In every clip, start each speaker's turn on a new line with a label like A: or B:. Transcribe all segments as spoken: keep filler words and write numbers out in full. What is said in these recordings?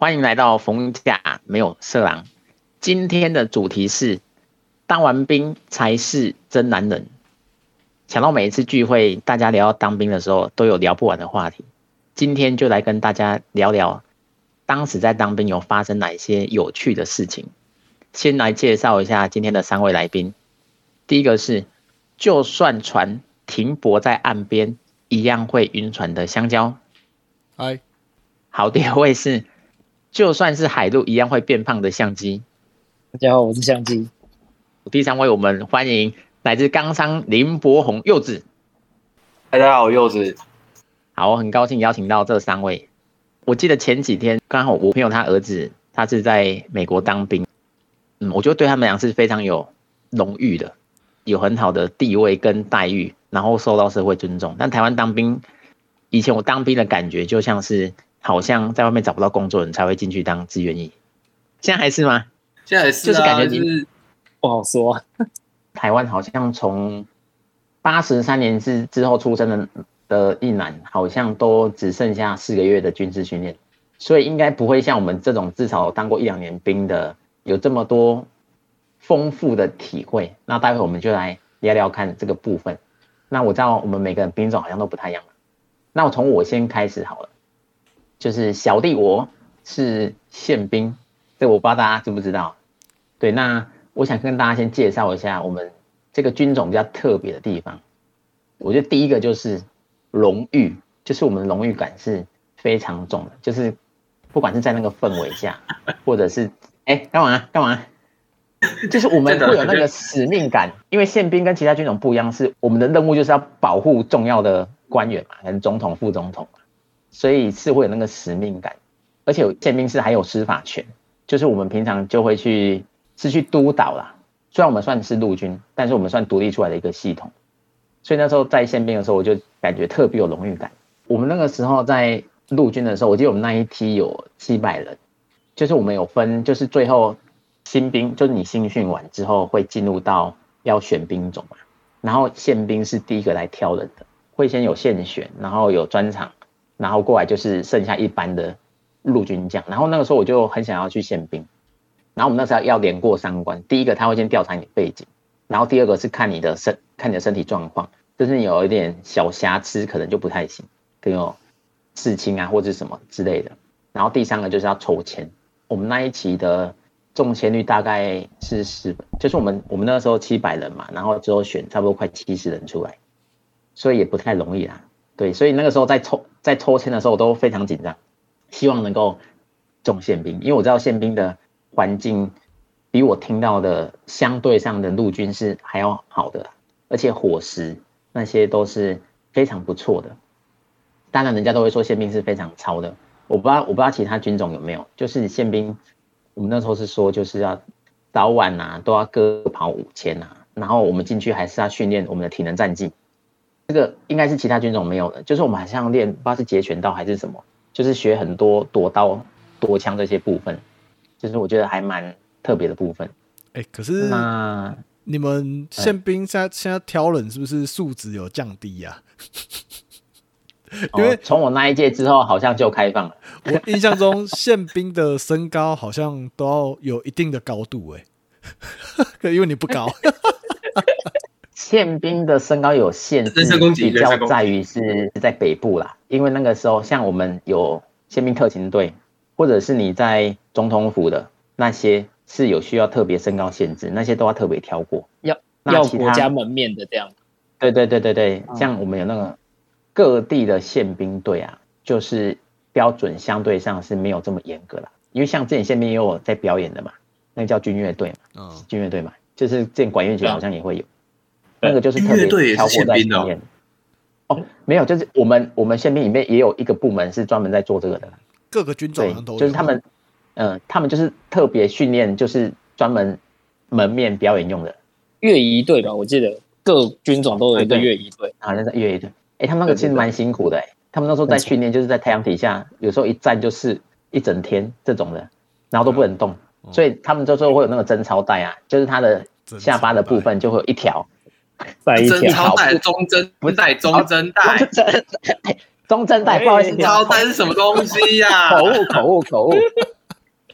A: 欢迎来到逢甲没有色狼。今天的主题是当完兵才是真男人。想到每一次聚会，大家聊到当兵的时候，都有聊不完的话题。今天就来跟大家聊聊，当时在当兵有发生哪一些有趣的事情。先来介绍一下今天的三位来宾。第一个是，就算船停泊在岸边，一样会晕船的香蕉。
B: 嗨。
A: 好，第二位是，就算是海陆一样会变胖的相机。
C: 大家好，我是相机。
A: 第三位，我们欢迎来自冈山林柏宏柚子。
D: 大家好，柚子。
A: 好，我很高兴邀请到这三位。我记得前几天刚好我朋友他儿子他是在美国当兵，嗯，我觉得对他们俩是非常有荣誉的，有很好的地位跟待遇，然后受到社会尊重。但台湾当兵，以前我当兵的感觉就像是好像在外面找不到工作的人才会进去当志愿役，现在还是吗？
D: 现在还是、啊、
A: 就是感觉
D: 就是
C: 不好说。
A: 台湾好像从八十三年之之后出生的的役男，好像都只剩下四个月的军事训练，所以应该不会像我们这种至少当过一两年兵的有这么多丰富的体会。那待会我们就来聊聊看这个部分。那我知道我们每个人兵种好像都不太一样，那我从我先开始好了。就是小弟我是宪兵，这我不知道大家知不知道。对，那我想跟大家先介绍一下我们这个军种比较特别的地方。我觉得第一个就是荣誉，就是我们的荣誉感是非常重的，就是不管是在那个氛围下，或者是哎干嘛干嘛，就是我们会有那个使命感。因为宪兵跟其他军种不一样，是我们的任务就是要保护重要的官员嘛，可能总统、副总统嘛。所以是会有那个使命感，而且宪兵是还有司法权，就是我们平常就会去是去督导啦。虽然我们算是陆军，但是我们算独立出来的一个系统，所以那时候在宪兵的时候，我就感觉特别有荣誉感。我们那个时候在陆军的时候，我记得我们那一梯有七百人，就是我们有分，就是最后新兵，就是你新训完之后会进入到要选兵种嘛，然后宪兵是第一个来挑人的，会先有现选，然后有专场。然后过来就是剩下一般的陆军将，然后那个时候我就很想要去宪兵，然后我们那时候要连过三关，第一个他会先调查你的背景，然后第二个是看你的身看你的身体状况，就是你有一点小瑕疵可能就不太行，可能有刺青啊或者什么之类的，然后第三个就是要抽签，我们那一期的中签率大概是十，就是我们我们那个时候七百人嘛，然后之后选差不多快七十人出来，所以也不太容易啦。对，所以那个时候在抽在抽签的时候，我都非常紧张，希望能够中宪兵，因为我知道宪兵的环境比我听到的相对上的陆军是还要好的，而且伙食那些都是非常不错的。当然，人家都会说宪兵是非常操的，我不知道我不知道其他军种有没有，就是宪兵，我们那时候是说就是要早晚啊都要各跑五千啊，然后我们进去还是要训练我们的体能战绩。这个应该是其他军种没有的，就是我们好像练不知道是截拳道还是什么，就是学很多夺刀夺枪这些部分，就是我觉得还蛮特别的部分。
B: 哎、欸，可是那你们宪兵现在、欸、现在挑人是不是素质有降低呀、啊？因为
A: 从、哦、我那一届之后好像就开放了。
B: 我印象中宪兵的身高好像都要有一定的高度哎、欸，因为你不高。
A: 宪兵的身高有限制，比较在于是在北部啦，因为那个时候像我们有宪兵特勤队，或者是你在总统府的那些是有需要特别身高限制，那些都要特别挑过，
C: 要要国家门面的这样。
A: 对对对对对，像我们有那个各地的宪兵队啊，就是标准相对上是没有这么严格啦，因为像之前宪兵也有在表演的嘛，那个叫军乐队嘛，嗯、军乐队嘛，就是之前管乐节好像也会有。那个就是特别挑过在训练哦，没有，就是我们我们宪兵里面也有一个部门是专门在做这个的，
B: 各个军种都有，
A: 就是他们，嗯、呃，他们就是特别训练，就是专门门面表演用的
C: 乐仪队吧，我记得各军种都有一个乐仪队，
A: 好像是乐仪队，哎，他们那个其实蛮辛苦的，哎，他们那时候在训练就是在太阳底下，有时候一站就是一整天这种的，然后都不能动，嗯、所以他们这时候会有那个贞操带啊，就是他的下巴的部分就会有一条。
D: 贞操带、中贞不是带中贞带，
A: 中贞带，不好意思，
D: 贞操带是什么东西呀、
A: 啊？口误，口误，口误。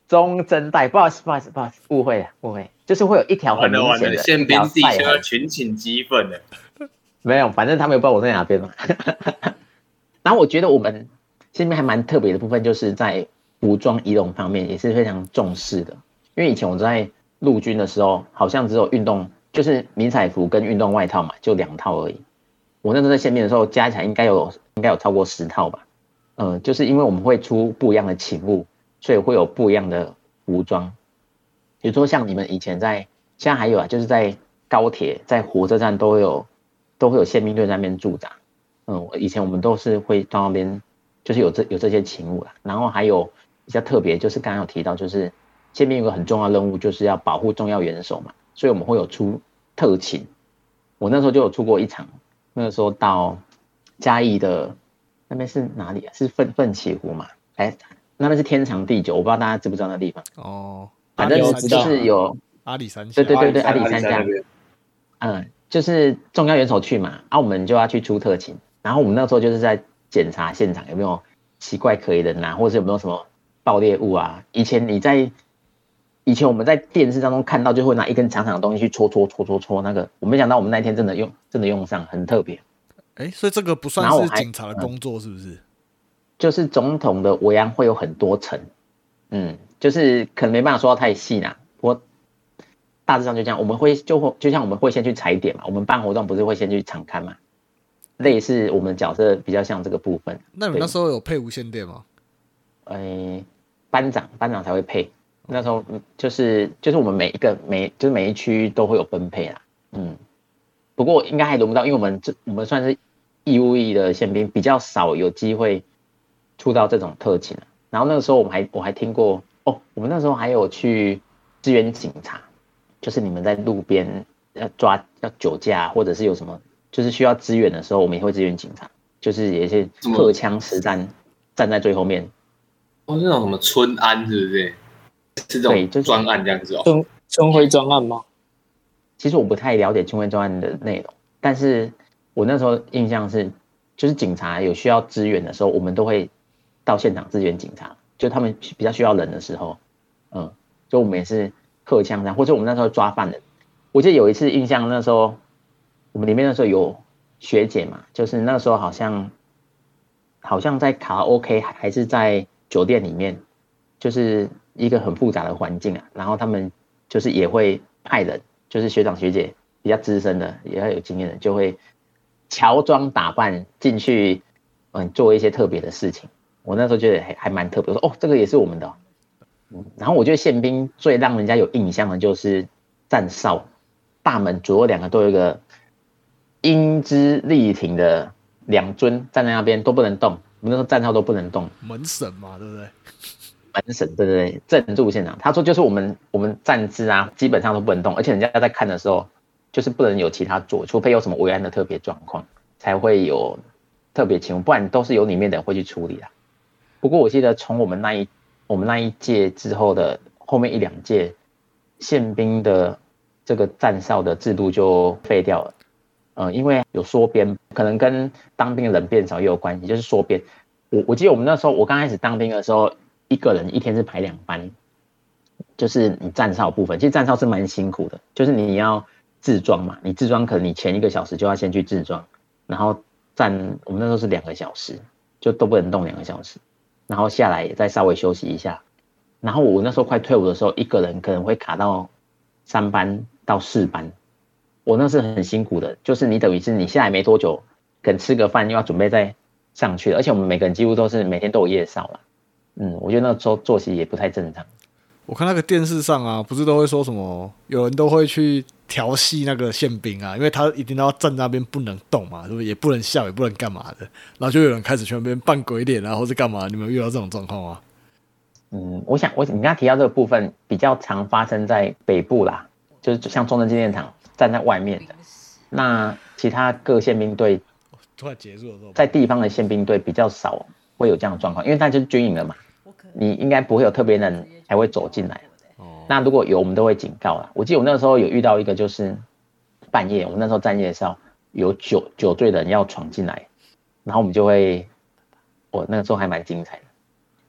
A: 中真带，不好意思，不好意思，不好意思，误会了，误会，就是会有一条很明显的
D: 宪兵弟兄要群情激愤的。
A: 没有，反正他们也不知道我在哪边嘛。然后我觉得我们宪兵还蛮特别的部分，就是在服装仪容方面也是非常重视的。因为以前我在陆军的时候，好像只有运动，就是迷彩服跟运动外套嘛，就两套而已。我那时候在宪兵的时候，加起来应该有应该有超过十套吧。嗯、呃，就是因为我们会出不一样的勤务，所以会有不一样的服装。比如说像你们以前在，现在还有啊，就是在高铁、在火车站都会有都会有宪兵队在那边驻扎。嗯，以前我们都是会到那边，就是有这有这些勤务啦。然后还有比较特别，就是刚刚有提到，就是宪兵有个很重要的任务，就是要保护重要元首嘛，所以我们会有出特勤。我那时候就有出过一场，那个时候到嘉义的那边是哪里啊？是奋奋起湖嘛？哎，那边是天长地久，我不知道大家知不知道那地方。
B: 哦，
A: 反正就是有
B: 阿里山下，
A: 对对对对，阿里山下，嗯，就是重要元首去嘛，啊，我们就要去出特勤，然后我们那时候就是在检查现场有没有奇怪可疑的人啊，或者是有没有什么爆裂物啊。以前你在以前我们在电视当中看到，就会拿一根长长的东西去戳戳戳戳戳那个，我没想到我们那天真的用真的用上，很特别。
B: 哎，所以这个不算是警察的工作，是不是？
A: 就是总统的维安会有很多层，嗯，就是可能没办法说到太细啦，不过大致上就这样。我们会就会就像我们会先去踩点嘛，我们办活动不是会先去场勘嘛，类似我们角色比较像这个部分。
B: 那你们那时候有配无线电吗？
A: 呃，班长班长才会配，那时候就是就是我们每一个每就是每一区都会有分配啦，嗯，不过应该还轮不到，因为我们这我们算是义务役的宪兵，比较少有机会出到这种特勤。然后那个时候我们还我还听过哦，我们那时候还有去支援警察，就是你们在路边要抓要酒驾，或者是有什么就是需要支援的时候，我们也会支援警察，就是也是荷枪实弹站在最后面。
D: 哦，那种什么春安是不是？是这种专案这样子哦？
C: 春春晖专案吗？
A: 其实我不太了解春晖专案的内容，但是我那时候印象是，就是警察有需要支援的时候，我们都会到现场支援警察，就他们比较需要人的时候，嗯，所以我们也是荷枪这样，或者我们那时候抓犯人。我记得有一次印象，那时候我们里面那时候有学姐嘛，就是那时候好像好像在卡拉 OK 还是在酒店里面，就是一个很复杂的环境啊，然后他们就是也会派人，就是学长学姐比较资深的，也要有经验的，就会乔装打扮进去，嗯，做一些特别的事情。我那时候觉得还还蛮特别，我说哦，这个也是我们的、哦嗯。然后我觉得宪兵最让人家有印象的就是站哨，大门左右两个都有一个英姿力挺的两尊站在那边都不能动，我们那时候站哨都不能动。
B: 门神嘛，对不对？
A: 门神，对对对，镇住现场。他说就是我们我们站姿啊，基本上都不能动，而且人家在看的时候，就是不能有其他做，除非有什么维安的特别状况，才会有特别情况，不然都是由里面的人会去处理啦。不过我记得从我们那一我们那一届之后的后面一两届，宪兵的这个站哨的制度就废掉了。呃，因为有缩编，可能跟当兵的人变少也有关系，就是缩编。我我记得我们那时候，我刚开始当兵的时候，一个人一天是排两班，就是你站哨部分，其实站哨是蛮辛苦的，就是你要制装嘛，你制装可能你前一个小时就要先去制装，然后站我们那时候是两个小时，就都不能动两个小时，然后下来也再稍微休息一下，然后我那时候快退伍的时候，一个人可能会卡到三班到四班。我那是很辛苦的，就是你等于是你下来没多久，可能吃个饭又要准备再上去了，而且我们每个人几乎都是每天都有夜哨了，嗯，我觉得那时候作息也不太正常。
B: 我看那个电视上啊，不是都会说什么，有人都会去调戏那个宪兵啊，因为他一定要站那边不能动嘛，是不是？也不能笑，也不能干嘛的，然后就有人开始去那边扮鬼脸啊，或是干嘛？你们有遇到这种状况吗？
A: 嗯，我想我你刚刚提到这个部分比较常发生在北部啦，就是像中正纪念堂。站在外面的，那其他各宪兵队
B: 突然结束的时候，
A: 在地方的宪兵队比较少会有这样的状况，因为他就是军营了嘛，你应该不会有特别人才会走进来。哦，那如果有，我们都会警告啦。我记得我那时候有遇到一个，就是半夜，我们那时候站夜哨，有酒酒醉的人要闯进来，然后我们就会，我那个时候还蛮精彩的，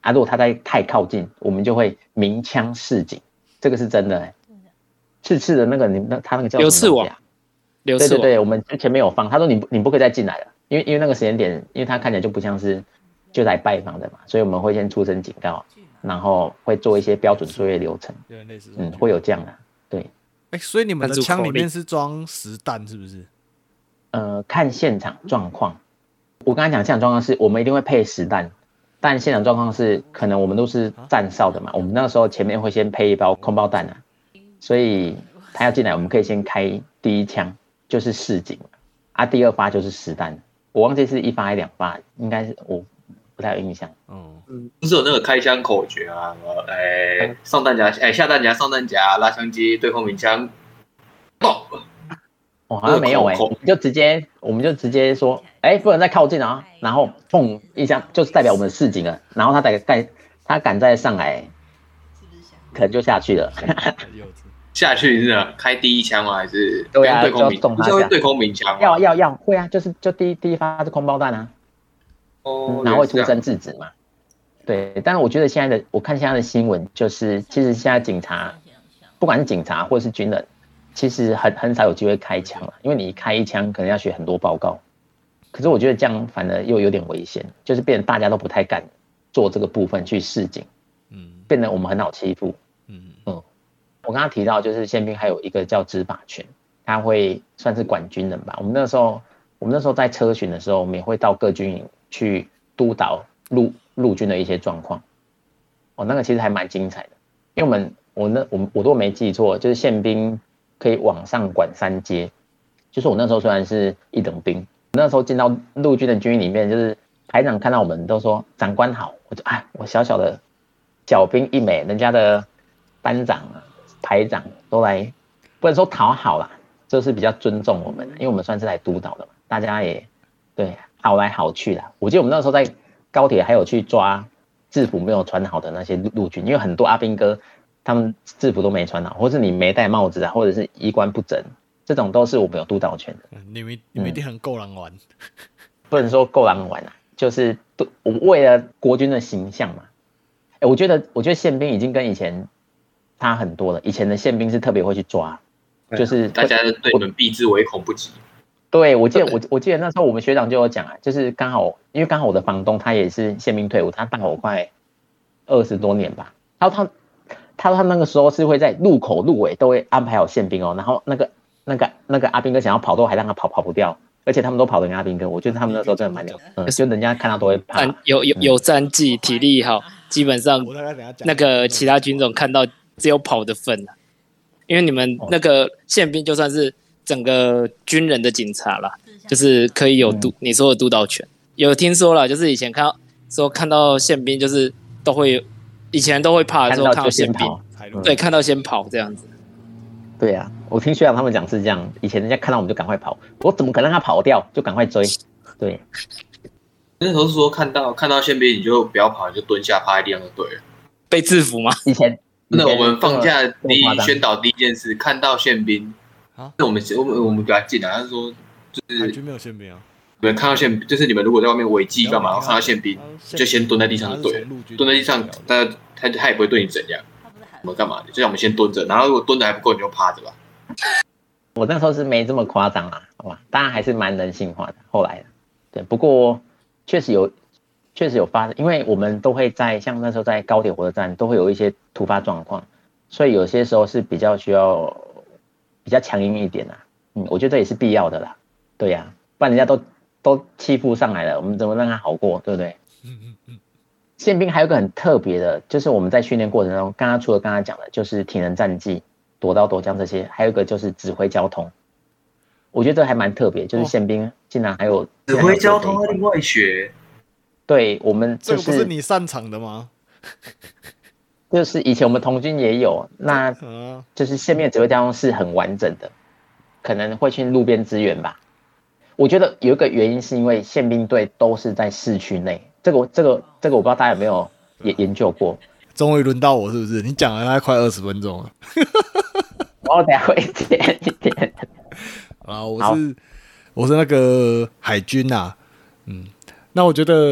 A: 啊，如果他在太靠近，我们就会鸣枪示警，这个是真的、欸。刺刺的那个，你那他那个叫什么、啊？
C: 流刺网。流刺网。
A: 对对对，我们前面有放，他说你你不可以再进来了，因为因为那个时间点，因为他看起来就不像是就来拜访的嘛，所以我们会先出声警告，然后会做一些标准作业流程。
B: 对，类似
A: 嗯，会有这样的，对。
B: 哎、欸，所以你们的枪里面是装实弹是不是？
A: 呃，看现场状况。我刚才讲现场状况是我们一定会配实弹，但现场状况是可能我们都是站哨的嘛，我们那个时候前面会先配一包空包弹啊，所以他要进来，我们可以先开第一枪，就是示警啊，第二发就是实弹，我忘记是一发还是两发，应该是我不太有印象。
D: 嗯，不是有那个开枪口诀啊，哎、欸，上弹夹，哎、欸，下弹夹，上弹夹，拉枪机，对空鸣枪，爆。
A: 我、哦、好像没有哎、欸，我们就直接，我们就直接说，哎、欸，不能再靠近啊，然后砰一下，就是代表我们示警了，然后他再敢，他敢再上来，可能就下去了。
D: 下去是开第一枪吗？还是
A: 对啊，
D: 对空鸣？
A: 不
D: 是会对空鸣枪？
A: 要要要会啊，就是就第一第一发是空包弹啊，哦，然后会出声制止嘛。对，但是我觉得现在的，我看现在的新闻，就是其实现在警察，不管是警察或是军人。其实很很少有机会开枪了，因为你开一枪可能要写很多报告。可是我觉得这样反而又有点危险，就是变成大家都不太敢做这个部分去示警，嗯，变得我们很好欺负，嗯嗯。我刚刚提到就是宪兵还有一个叫执法权，他会算是管军人吧。我们那时候我们那时候在车巡的时候，我们也会到各军营去督导陆陆军的一些状况。哦，那个其实还蛮精彩的，因为我们我那我我都没记错，就是宪兵。可以往上管三阶，就是我那时候虽然是一等兵，那时候进到陆军的军营里面，就是排长看到我们都说长官好，我就哎，我小小的小兵一枚，人家的班长啊、排长都来，不能说讨好啦，就是比较尊重我们，因为我们算是来督导的嘛，大家也对好来好去啦。我记得我们那时候在高铁还有去抓制服没有穿好的那些陆军，因为很多阿兵哥。他们制服都没穿好，或是你没戴帽子啊，或者是衣冠不整，这种都是我们有督导权的。
B: 你们你们一定很够狼玩、嗯，
A: 不能说够狼玩啊，就是我为了国军的形象嘛。欸、我觉得我觉得宪兵已经跟以前差很多了。以前的宪兵是特别会去抓，就是
D: 大家对你们避之唯恐不及。
A: 对，我记得我我记得那时候我们学长就有讲啊，就是刚好因为刚好我的房东他也是宪兵退伍，他大我快二十多年吧，然后他。他说他那个时候是会在路口路尾都会安排好宪兵哦，然后那个那个那个阿兵哥想要跑都还让他跑跑不掉，而且他们都跑得赢阿兵哥，我觉得他们那时候真的蛮牛，嗯，就人家看到都会怕。
C: 有有有战绩，体力好，基本上那个其他军种看到只有跑的份了，因为你们那个宪兵就算是整个军人的警察啦，就是可以有督你说的督导权。有听说了，就是以前看到说看到宪兵就是都会。以前都会怕的时候看到宪兵，对，看到先跑这样子。
A: 对啊，我听学长他们讲是这样，以前人家看到我们就赶快跑，我怎么可能让他跑掉，就赶快追。对，
D: 那时候是说看到看到宪兵你就不要跑，你就蹲下趴在地上就对了。
C: 被制服吗？
A: 以前，
D: 那我们放假第一宣导第一件事，看到宪兵，啊，那我们我们我们给他进来，他说就是
B: 海军没有宪兵啊。
D: 对，看到宪就是你们如果在外面违纪干嘛，然后看到宪兵就先蹲在地上就对了，蹲在地上，他他他也不会对你怎样，我们干嘛的？就让我们先蹲着，然后如果蹲的还不够，你就趴着吧。
A: 我那时候是没这么夸张啦，好吧，当然还是蛮人性化的。后来，对，不过确实有确实有发生，因为我们都会在像那时候在高铁火车站都会有一些突发状况，所以有些时候是比较需要比较强硬一点啦。嗯，我觉得这也是必要的啦。对呀、啊，不然人家都。都欺负上来了，我们怎么让他好过，对不对？嗯嗯嗯。宪兵还有一个很特别的，就是我们在训练过程中，刚刚除了刚刚讲的，就是体能战技、夺刀夺将这些，还有一个就是指挥交通。我觉得这还蛮特别，就是宪兵竟然还有
D: 指挥交通另外学。
A: 对，我们、就是、
B: 这个不是你擅长的吗？
A: 就是以前我们童军也有，那就是宪兵指挥交通是很完整的，可能会去路边支援吧。我觉得有一个原因是因为宪兵队都是在市区内，这个这个这个我不知道大家有没有也研究过。
B: 终于轮到我是不是？你讲了大概快二十分钟了。
A: 我等下会剪一点。
B: 啊，我是我是那个海军啊，嗯，那我觉得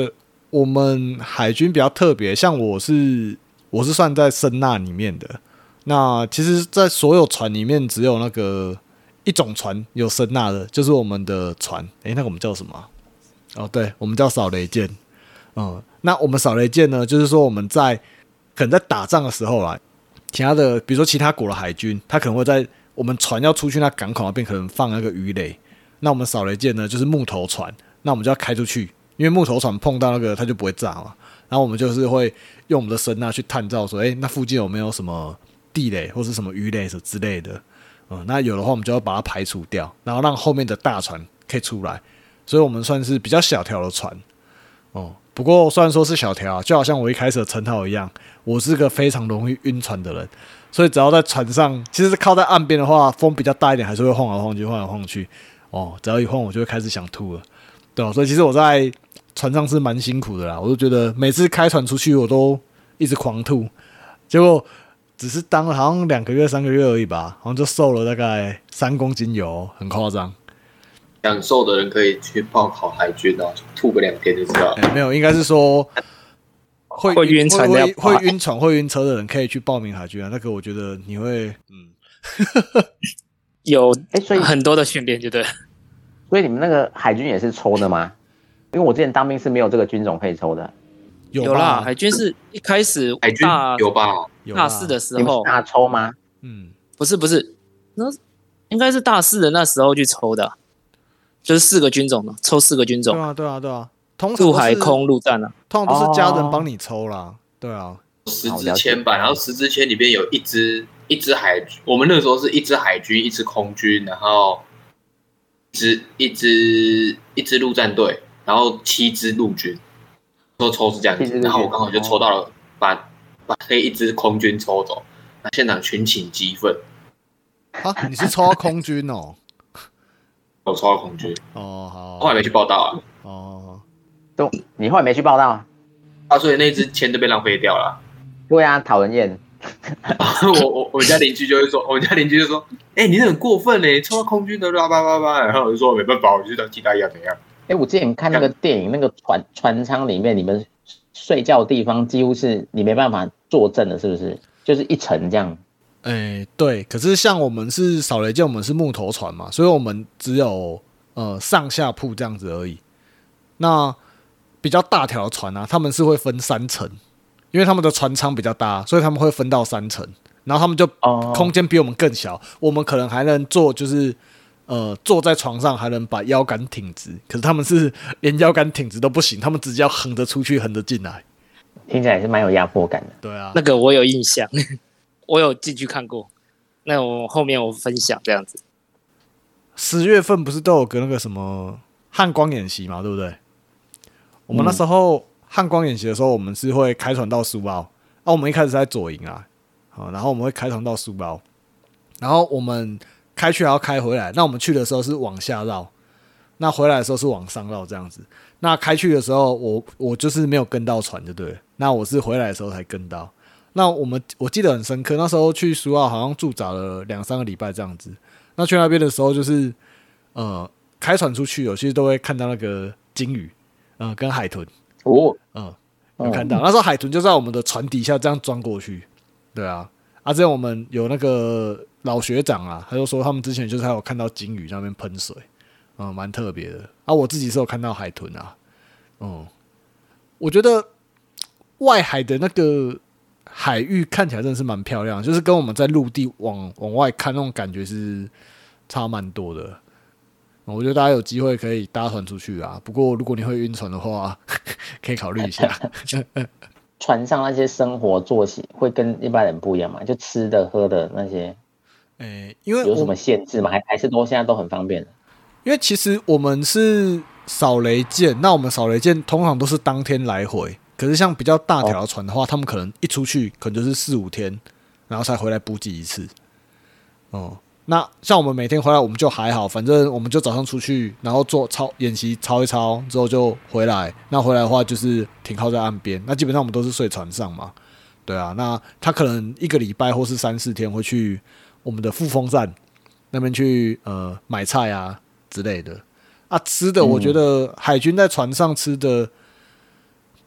B: 我们海军比较特别，像我是我是算在声纳里面的。那其实，在所有船里面，只有那个一种船有声纳的，就是我们的船。诶，那个我们叫什么啊？哦，对，我们叫扫雷舰。嗯，那我们扫雷舰呢，就是说我们在可能在打仗的时候啦，其他的比如说其他国的海军，他可能会在我们船要出去那港口那边可能放那个鱼雷。那我们扫雷舰呢，就是木头船，那我们就要开出去，因为木头船碰到那个它就不会炸嘛。然后我们就是会用我们的声呐去探照说，诶，那附近有没有什么地雷或是什么鱼雷之类的，嗯，那有的话我们就要把它排除掉，然后让后面的大船可以出来，所以我们算是比较小条的船，哦、嗯。不过虽然说是小条，就好像我一开始的称号一样，我是个非常容易晕船的人，所以只要在船上，其实靠在岸边的话，风比较大一点，还是会晃来晃去，晃来晃去，哦，只要一晃我就会开始想吐了，对哦，所以其实我在船上是蛮辛苦的啦，我就觉得每次开船出去我都一直狂吐，结果只是当了好像两个月、三个月而已吧，好像就瘦了大概三公斤油，很夸张。
D: 享受的人可以去报考海军哦，吐个两天就知道了、
B: 欸。没有，应该是说会
C: 会晕船
B: 会会晕船、会晕车的人可以去报名海军啊。那个我觉得你会嗯
C: 有
A: 哎，所以
C: 很多的训练，就对。
A: 所以你们那个海军也是抽的吗？因为我之前当兵是没有这个军种可以抽的。
B: 有
C: 有啦，海军是一开始
D: 海军有吧？
C: 大四的时候
A: 你们是大抽吗？
B: 嗯，
C: 不是不是，那应该是大四的那时候去抽的、啊，就是四个军种嘛，抽四个军种。
B: 对啊对啊对啊，通常
C: 陆海空陆战啊，
B: 通常都是家人帮你抽啦。哦、对啊，
D: 十支签吧，然后十支签里面有一支一支海军，我们那个时候是一支海军，一支空军，然后一支一支一支陆战队，然后七支陆军。都抽是这样子，然后我刚好就抽到了，把把那一支空军抽走，那现场群情激愤。
B: 啊，你是抽到空军哦？
D: 我抽到空军。
B: 哦，好。
D: 后来没去报道啊。
B: 哦，
A: 都你后来没去报道啊？
D: 啊，所以那支签都被浪费掉了。
A: 对啊，讨人厌。
D: 我我我们家邻居就会说，我们家邻居就说，哎、欸，你很过分嘞，抽到空军的叭叭叭叭，然后我就说没办法，我就当替代役怎样。
A: 哎、欸，我之前看那个电影，那个船船舱里面，你们睡觉的地方几乎是你没办法坐正的，是不是？就是一层这样。
B: 哎、欸，对。可是像我们是扫雷舰，我们是木头船嘛，所以我们只有呃上下铺这样子而已。那比较大条的船啊，他们是会分三层，因为他们的船舱比较大，所以他们会分到三层，然后他们就空间比我们更小，哦、我们可能还能坐就是。呃，坐在床上还能把腰杆挺直，可是他们是连腰杆挺直都不行，他们直接要横着出去，横着进来，
A: 听起来是蛮有压迫感的。
B: 对啊，
C: 那个我有印象，我有进去看过。那我后面我分享这样子。
B: 十月份不是都有个那个什么汉光演习嘛，对不对？我们那时候汉光演习的时候，我们是会开船到苏澳，啊，我们一开始在左营啊，好，然后我们会开船到苏澳，然后我们。开去还要开回来，那我们去的时候是往下绕，那回来的时候是往上绕这样子。那开去的时候我，我我就是没有跟到船就对了。那我是回来的时候才跟到。那我们我记得很深刻，那时候去苏澳好像驻扎了两三个礼拜这样子。那去那边的时候，就是呃开船出去，有些都会看到那个鲸鱼，嗯、呃，跟海豚
A: 哦，
B: 嗯，有看到。那时候海豚就在我们的船底下这样钻过去，对啊。啊，这样我们有那个老学长啊，他就说他们之前就是还有看到鲸鱼在那边喷水，嗯，蛮特别的。啊，我自己是有看到海豚啊，嗯，我觉得外海的那个海域看起来真的是蛮漂亮，就是跟我们在陆地往往外看那种感觉是差蛮多的。嗯、我觉得大家有机会可以搭船出去啊，不过如果你会晕船的话，可以考虑一下。
A: 船上那些生活作息会跟一般人不一样嘛？就吃的喝的那些，
B: 欸、因为
A: 有什么限制吗？还还是都现在都很方便？
B: 因为其实我们是扫雷舰，那我们扫雷舰通常都是当天来回。可是像比较大条的船的话，哦、他们可能一出去可能就是四五天，然后才回来补给一次。哦、嗯，那像我们每天回来，我们就还好，反正我们就早上出去，然后做操演习操一操之后就回来。那回来的话就是停靠在岸边，那基本上我们都是睡船上嘛。对啊，那他可能一个礼拜或是三四天会去我们的副峰站那边去呃买菜啊之类的。啊，吃的我觉得海军在船上吃的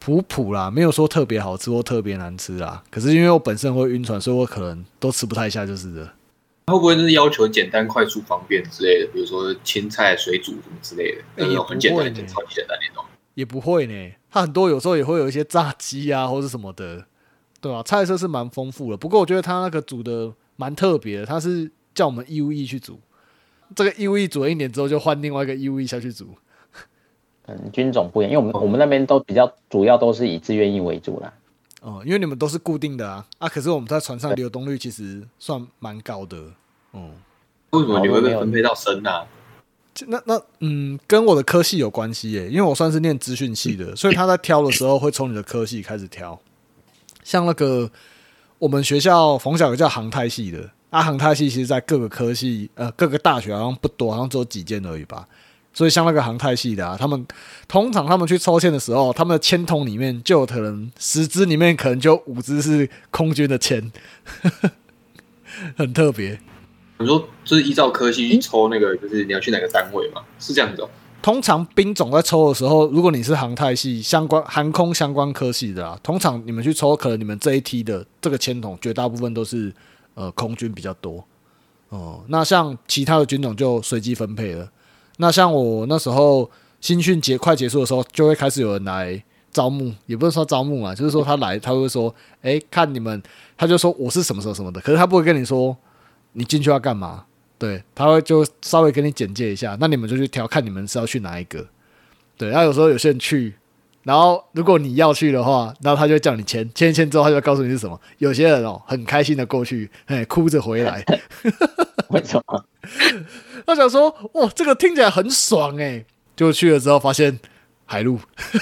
B: 普普啦，没有说特别好吃或特别难吃啦。可是因为我本身会晕船，所以我可能都吃不太下，就是的。
D: 会不会就是要求简单、快速、方便之类的？比如说青菜水煮什么之类的，那种很简单、很超级简单那种。
B: 也不会呢，它很多有时候也会有一些炸鸡啊，或是什么的，对吧、啊？菜色是蛮丰富的，不过我觉得它那个煮的蛮特别的，它是叫我们义务役去煮，这个义务役煮了一年之后，就换另外一个义务役下去煮。
A: 嗯，军种不一样，因为我们我们那边都比较主要都是以志愿役为主啦。
B: 哦、嗯，因为你们都是固定的啊，啊，可是我们在船上流动率其实算蛮高的，嗯。
D: 为什么你会被分配到生啊？
B: 那那嗯，跟我的科系有关系耶，因为我算是念资讯系的，所以他在挑的时候会从你的科系开始挑。像那个我们学校逢小有叫航太系的，啊，航太系其实在各个科系呃各个大学好像不多，好像只有几间而已吧。所以像那个航太系的啊，他们通常他们去抽签的时候，他们的签筒里面就有可能十支里面可能就五支是空军的签，很特别。
D: 你说就是依照科系去抽那个，就是你要去哪个单位嘛？是这样子哦。
B: 通常兵种在抽的时候，如果你是航太系相关、航空相关科系的啊，通常你们去抽，可能你们这一梯的这个签筒绝大部分都是呃空军比较多哦、呃。那像其他的军种就随机分配了。那像我那时候新训结快结束的时候，就会开始有人来招募，也不是说招募啊，就是说他来，他会说，哎、欸，看你们，他就说我是什么什么什么的，可是他不会跟你说。你进去要干嘛？对，他会就稍微跟你简介一下，那你们就去挑，看你们是要去哪一个。对，然后有时候有些人去，然后如果你要去的话，然后他就会叫你签，签一签之后，他就会告诉你是什么。有些人哦，很开心的过去，嘿，哭着回来。
A: 为什么？
B: 他想说，哇，这个听起来很爽哎，就去了之后发现海陆。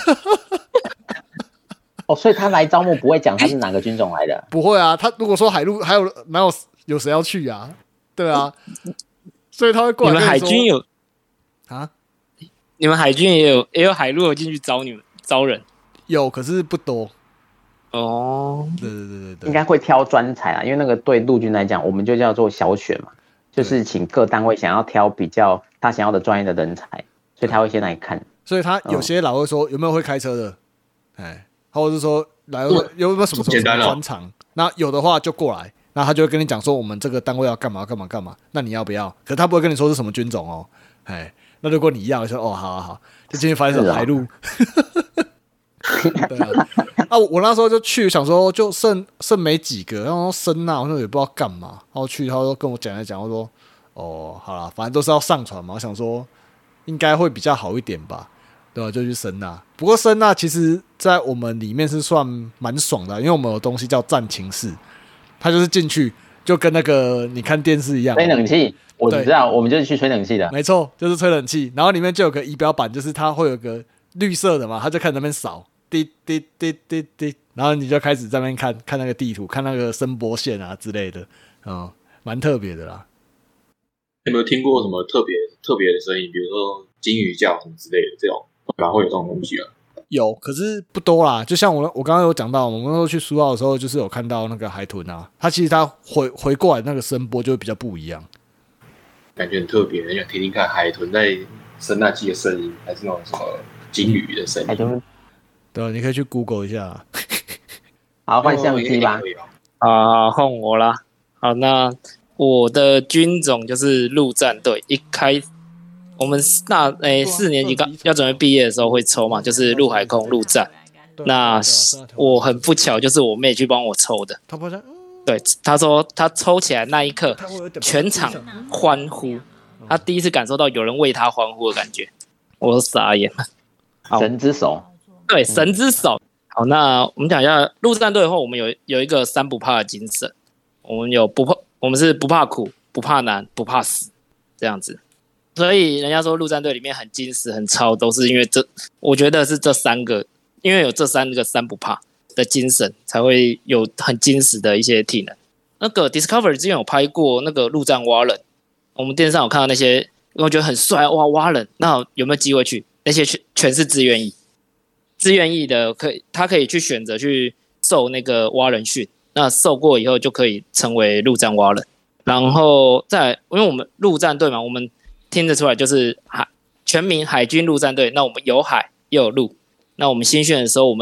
A: 哦，所以他来招募不会讲他是哪个军种来的？
B: 不会啊，他如果说海陆，还有哪有？有谁要去啊？对啊，所以他会过来跟你说。
C: 你们海军有
B: 啊？
C: 你们海军也有也有海陆有进去招你们招人？
B: 有，可是不多。
C: 哦，
B: 对对对对对，
A: 应该会挑专才啊，因为那个对陆军来讲，我们就叫做小选嘛，就是请各单位想要挑比较他想要的专业的人才，所以他会先来看。
B: 所以他有些老会说有没有会开车的，哎，或者是说来有没有什么什么专长，那有的话就过来。那他就会跟你讲说，我们这个单位要干嘛干嘛干嘛，那你要不要？可是他不会跟你说是什么军种哦，哎，那如果你要，就说哦，好好好，就进去发现是海陆。对啊，啊我，我那时候就去想说，就剩剩没几个，然后升啊，我那也不知道干嘛，然后去，他说跟我讲一讲，我说哦，好啦，反正都是要上船嘛，我想说应该会比较好一点吧，对吧、啊？就去升啊。不过升啊，其实在我们里面是算蛮爽的，因为我们有东西叫战情室。他就是进去就跟那个你看电视一样，
A: 吹冷气，我知道，我们就是去吹冷气的，
B: 没错，就是吹冷气。然后里面就有个仪表板，就是它会有个绿色的嘛，他就看那边扫，滴滴滴滴滴，然后你就开始在那边看看那个地图，看那个声波线啊之类的，嗯，蛮特别的啦。
D: 有没有听过什么特别特别的声音？比如说金鱼叫什么之类的这种，然后会有这种东西啊？
B: 有，可是不多啦。就像我我刚刚有讲到，我们那时候去苏澳的时候，就是有看到那个海豚啊，它其实它回回过来那个声波就会比较不一样，
D: 感觉很特别，很想听听看海豚在声呐机的声音，还是那种什么鲸鱼的声音。海豚，
B: 对，你可以去 Google 一下。
A: 好，换相机吧。
C: 啊，换我啦。好，那我的军种就是陆战队，一开。我们那诶四年级刚要准备毕业的时候会抽嘛，就是陆海空陆战。那我很不巧，就是我妹去帮我抽的。对，她说她抽起来那一刻，全场欢呼，她第一次感受到有人为她欢呼的感觉，我都傻眼了。
A: 神之手，
C: 对，神之手。好，那我们讲一下陆战队的话，我们有有一个三不怕的精神，我们有不怕，我们是不怕苦、不怕难、不怕死这样子。所以人家说陆战队里面很精实很超，都是因为这，我觉得是这三个，因为有这三个三不怕的精神，才会有很精实的一些体能。那个 Discovery 之前有拍过那个陆战蛙人，我们电视上有看到那些，我觉得很帅哇，蛙人，那有没有机会去？那些全全是自愿役，自愿役的可以，他可以去选择去受那个蛙人训，那受过以后就可以成为陆战蛙人。然后再，因为我们陆战队嘛，我们听得出来就是海全民海军陆战队，那我们有海又有陆。那我们新训的时候，我们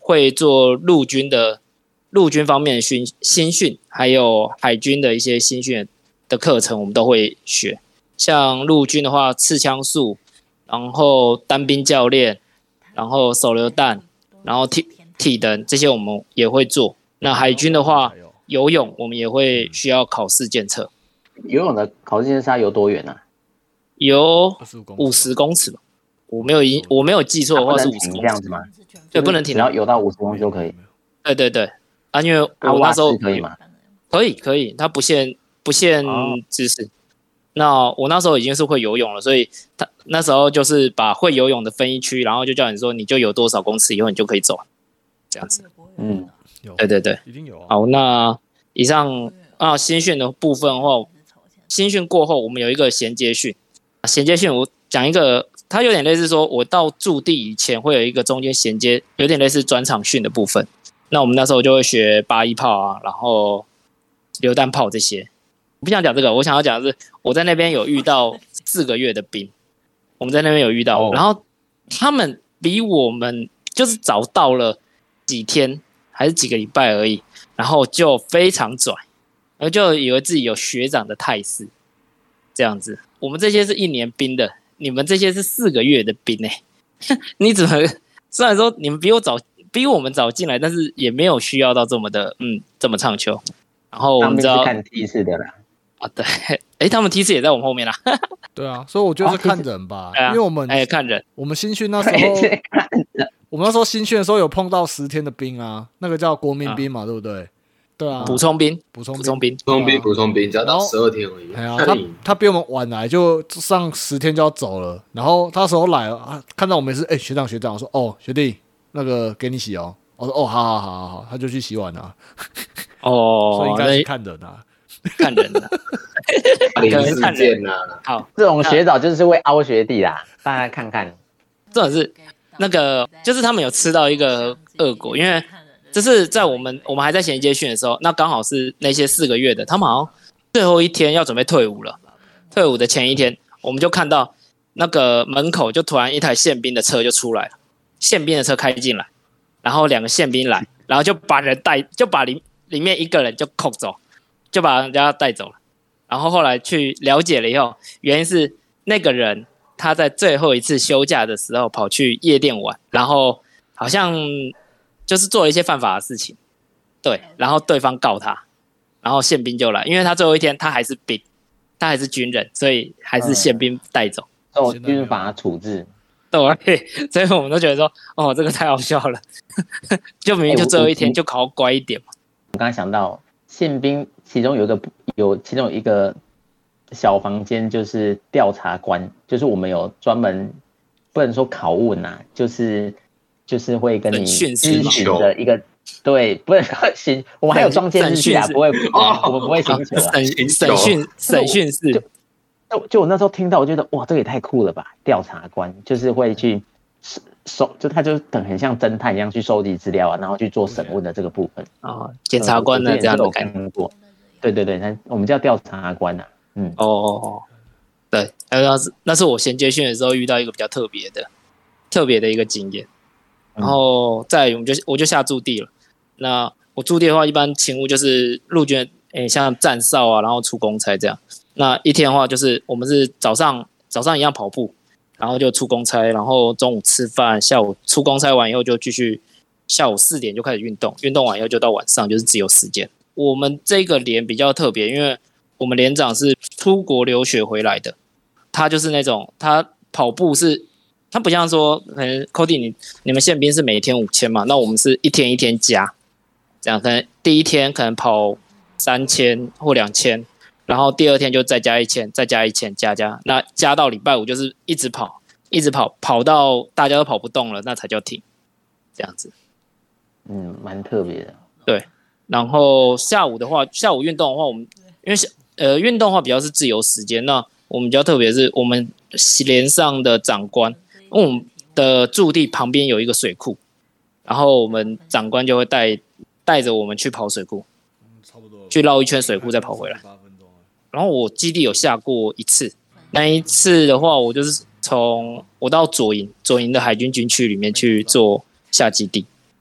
C: 会做陆军的陆军方面的训新训，还有海军的一些新训的课程，我们都会学。像陆军的话，刺枪术，然后单兵教练，然后手榴弹，然后体体能这些我们也会做。那海军的话，游泳我们也会需要考试检测。
A: 游泳的考试检测游多远啊？
C: 游五十公尺吧，我没有印我没有记错的话是五十公尺
A: 这样子吗？
C: 对，不能停，
A: 只要游到五十公尺就可以。
C: 对对对，啊，因为我那时候
A: 可以吗？
C: 可以可以，它不限不限知识。哦，那我那时候已经是会游泳了，所以他那时候就是把会游泳的分一区，然后就叫你说你就游多少公尺以后你就可以走，这样子。嗯，对对对，
B: 一定有。
C: 好，那以上啊新训的部分的话，新训过后我们有一个衔接训，衔接训我讲一个，它有点类似说我到驻地以前会有一个中间衔接，有点类似转场训的部分。那我们那时候就会学八一炮啊，然后榴弹炮这些。我不想讲这个，我想要讲的是我在那边有遇到四个月的兵，我们在那边有遇到，哦，然后他们比我们就是早到了几天还是几个礼拜而已，然后就非常拽，然后就以为自己有学长的态势，这样子。我们这些是一年兵的，你们这些是四个月的兵哎，欸，你怎么虽然说你们比我早，比我们早进来，但是也没有需要到这么的嗯这么唱秋。然后我们知道
A: 看梯次的啦。
C: 啊，对，哎，他们梯次也在我们后面啦。
B: 对啊，所以我觉得是看人吧，
C: 啊，
B: 因为我们
C: 哎看人，
B: 我们新训那时候，我们那时候新训的时候有碰到十天的兵啊，那个叫国民兵嘛，啊，对不对？对啊，
C: 补充兵，
B: 补充
C: 补充兵，
D: 补充兵，补充兵，只要到十二天而已。
B: 哎呀，他他比我们晚来，就上十天就要走了。然后他那时候来了，啊，看到我们是哎学长学长，我说哦学弟，那个给你洗哦。我说哦好好好好好，他就去洗碗了。
C: 哦，
B: 所以应该是看人啊。
C: 看人的，
D: 看人呐。
C: 好，
A: 这种学长就是会凹学弟啦，大家看看。
C: 这种是那个，就是他们有吃到一个恶果，因为就是在我们我们还在衔接训的时候，那刚好是那些四个月的，他们好像最后一天要准备退伍了。退伍的前一天，我们就看到那个门口就突然一台宪兵的车就出来了，宪兵的车开进来，然后两个宪兵来，然后就把人带，就把里里面一个人就扣走。就把人家带走了，然后后来去了解了以后，原因是那个人他在最后一次休假的时候跑去夜店玩，然后好像就是做了一些犯法的事情，对，然后对方告他，然后宪兵就来，因为他最后一天他还是兵，他还是军人，所以还是宪兵带走，
A: 受军法处置。
C: 对，所以我们都觉得说，哦，这个太好笑了，就明明就最后一天，就考乖一点嘛。
A: 我刚才想到。宪兵其中有一个有其中有一个小房间，就是调查官，就是我们有专门不能说拷问啊，就是就是会跟你咨询的一个，对，不能说行，我们还有装监视器啊，不会，我们不会行求啊，
C: 审审讯审讯室。
A: 就就我那时候听到，我觉得哇，这个也太酷了吧！调查官就是会去收，就他就等很像侦探一样去收集资料啊，然后去做审问的这个部分
C: 啊，检察官的这样的感觉。
A: 对对对，我们叫调查官啊。嗯，
C: 哦哦哦，对，那是那是我衔接训的时候遇到一个比较特别的、特别的一个经验。然后再我们就我就下驻地了。那我驻地的话，一般勤务就是陆军，诶，像站哨啊，然后出公差这样。那一天的话，就是我们是早上早上一样跑步。然后就出公差，然后中午吃饭，下午出公差完以后就继续，下午四点就开始运动，运动完以后就到晚上就是自由时间。我们这个连比较特别，因为我们连长是出国留学回来的，他就是那种他跑步是，他不像说可能 Cody 你你们宪兵是每天五千嘛，那我们是一天一天加，这样可能第一天可能跑三千或两千。然后第二天就再加一千，再加一千，加加，那加到礼拜五就是一直跑，一直跑，跑到大家都跑不动了，那才叫停，这样子。
A: 嗯，蛮特别的。
C: 对，然后下午的话，下午运动的话，我们因为呃运动的话比较是自由时间，那我们比较特别是我们连上的长官，因为我们的驻地旁边有一个水库，然后我们长官就会带带着我们去跑水库，去绕一圈水库再跑回来。然后我基地有下过一次，那一次的话，我就是从我到左营左营的海军军区里面去做下基地。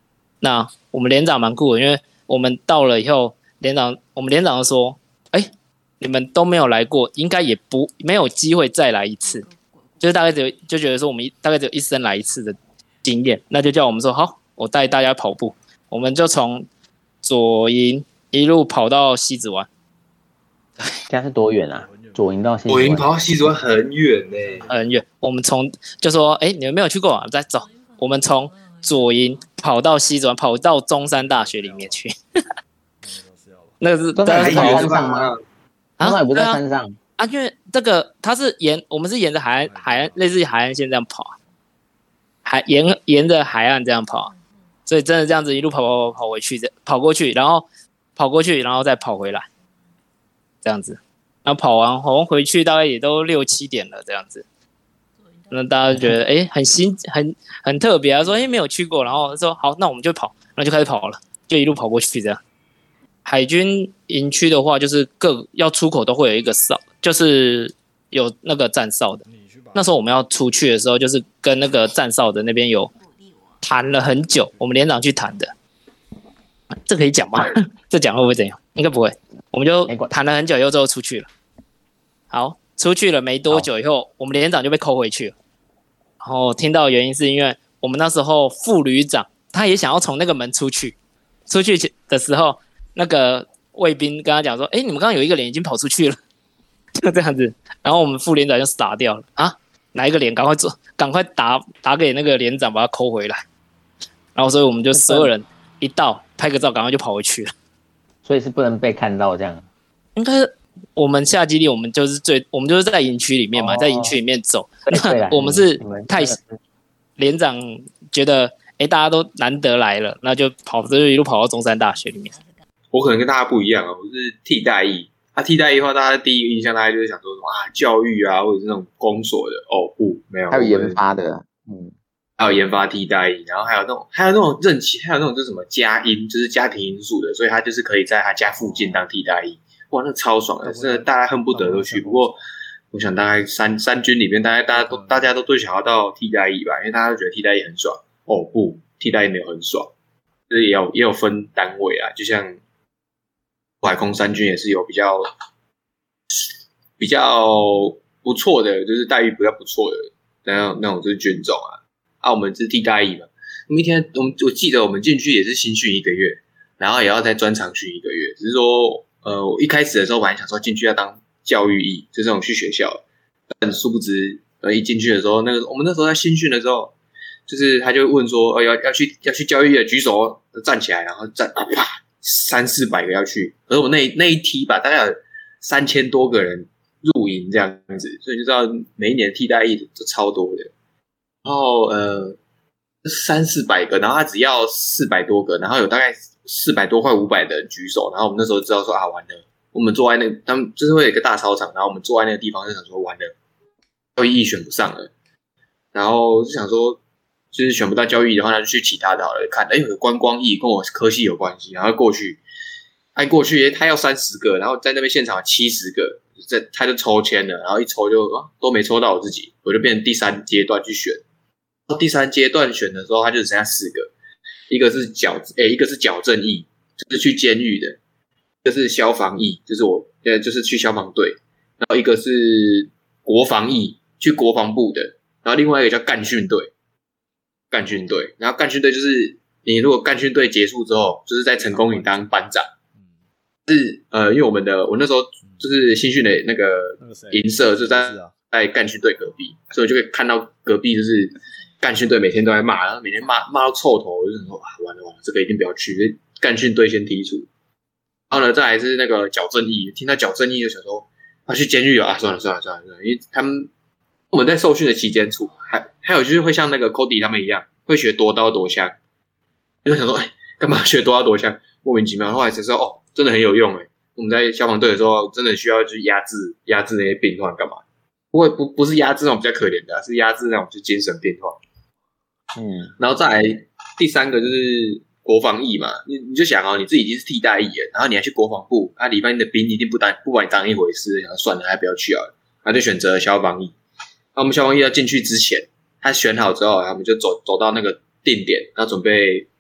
C: 那我们连长蛮酷的，因为我们到了以后，连长我们连长就说：“哎，你们都没有来过，应该也不没有机会再来一次。”就是大概只有就觉得说我们大概只有一生来一次的经验，那就叫我们说好，我带大家跑步，我们就从左营一路跑到西子湾。
A: 这样是多远啊？左营到西子湾？
D: 左营跑到西子湾很远呢、欸，
C: 很远。我们从就说，哎，你们没有去过啊？再走，我们从左营跑到西子湾，跑到中山大学里面去。那个是
A: 中山还在山上吗？
C: 啊，
A: 中山也不在山上。
C: 啊，因为这个它是沿我们是沿着海岸海岸类似于海岸线这样跑，海沿沿着海岸这样跑，所以真的这样子一路跑跑跑跑回去，跑过去，然后跑过去，然后再跑回来，这样子，然后跑完跑完回去大概也都六七点了这样子，那大家就觉得哎很新很很特别啊，说哎没有去过，然后说好那我们就跑，然后就开始跑了，就一路跑过去这样。海军营区的话，就是各要出口都会有一个哨，就是有那个站哨的。那时候我们要出去的时候，就是跟那个站哨的那边有谈了很久，我们连长去谈的。这可以讲吗？这讲会不会怎样？应该不会。我们就谈了很久，又之后出去了。好，出去了没多久以后，我们连长就被扣回去了。然后听到原因是因为我们那时候副旅长他也想要从那个门出去，出去的时候。那个卫兵跟他讲说：“哎，你们刚刚有一个连已经跑出去了，就这样子。”然后我们副连长就傻掉了啊！哪一个连？赶快做，赶快打打给那个连长，把他扣回来。然后所以我们就所有人一到拍个照，赶快就跑回去了。
A: 所以是不能被看到这样。
C: 应该我们下基地，我们就是最，我们就是在营区里面嘛，哦、在营区里面走。那我们是太连长觉得，哎，大家都难得来了，那就跑，就一路跑到中山大学里面。
D: 我可能跟大家不一样啊，我是替代役。啊，替代役的话，大家第一个印象大概就是想说什么啊，教育啊，或者是那种公所的。哦，不，没有，
A: 还有研发的，嗯，
D: 还有研发替代役，然后还有那种，还有那种任期，还有那种就是什么家因，就是家庭因素的，所以他就是可以在他家附近当替代役。哇，那超爽的，真的大家恨不得都去。不过，我想大概三三军里面，大概大家都大家都最想要到替代役吧，因为大家都觉得替代役很爽。哦，不，替代役没有很爽，就是也有也有分单位啊，就像。海空三军也是有比较比较不错的，就是待遇比较不错的那种那种就是军种啊。啊，我们是替代役嘛，我们一天我们我记得我们进去也是新训一个月，然后也要在专长训一个月。只是说，呃，我一开始的时候本来想说进去要当教育役，就这种去学校，但殊不知，呃，一进去的时候，那个我们那时候在新训的时候，就是他就问说，呃，要要去要去教育役的举手站起来，然后站啊啪。三四百个要去，可是我那那一梯吧，大概有三千多个人入营这样子，所以就知道每一年替代役都超多的。然后呃，三四百个，然后他只要四百多个，然后有大概四百多快五百的人举手，然后我们那时候知道说啊，完了，我们坐在那个，他们就是会有一个大操场，然后我们坐在那个地方就想说完了，教育役选不上了，然后就想说。就是选不到教育役的话，那就去其他的好了。看，哎，有观光役跟我科系有关系，然后过去，哎，过去他要三十个，然后在那边现场七十个，这他就抽签了，然后一抽就、啊、都没抽到我自己，我就变成第三阶段去选。到第三阶段选的时候，他就只剩下四个，一个是矫，哎，一个是矫正役，就是去监狱的；一个是消防役，就是我，呃，就是去消防队；然后一个是国防役，去国防部的；然后另外一个叫干训队。干训队，然后干训队就是你如果干训队结束之后，就是在成功营当班长。是呃，因为我们的我那时候就是新训的那个营舍是在在干训队隔壁，所以就可以看到隔壁就是干训队每天都在骂，然后每天骂骂到臭头，我就想说啊，完了完了，这个一定不要去，干训队先剔除。然后呢，再来是那个矫正役，听到矫正役就想说啊，去监狱了啊，算了算了算了，因为他们。我们在受训的期间处，还还有就是会像那个 Cody 他们一样，会学夺刀夺枪，就想说，哎，干嘛学夺刀夺枪？莫名其妙。后来才知道，哦，真的很有用哎。我们在消防队的时候，真的需要去压制压制那些病患干嘛？不过不不是压制那种比较可怜的、啊，是压制那种就精神病患。嗯，然后再来第三个就是国防役嘛，你你就想哦，你自己已经是替代役了，然后你还去国防部，啊，里面的兵一定不当不把你当一回事，想算了，还不要去啊，他就选择消防役。那我们消防役要进去之前，他选好之后，他们就走走到那个定点，然后准备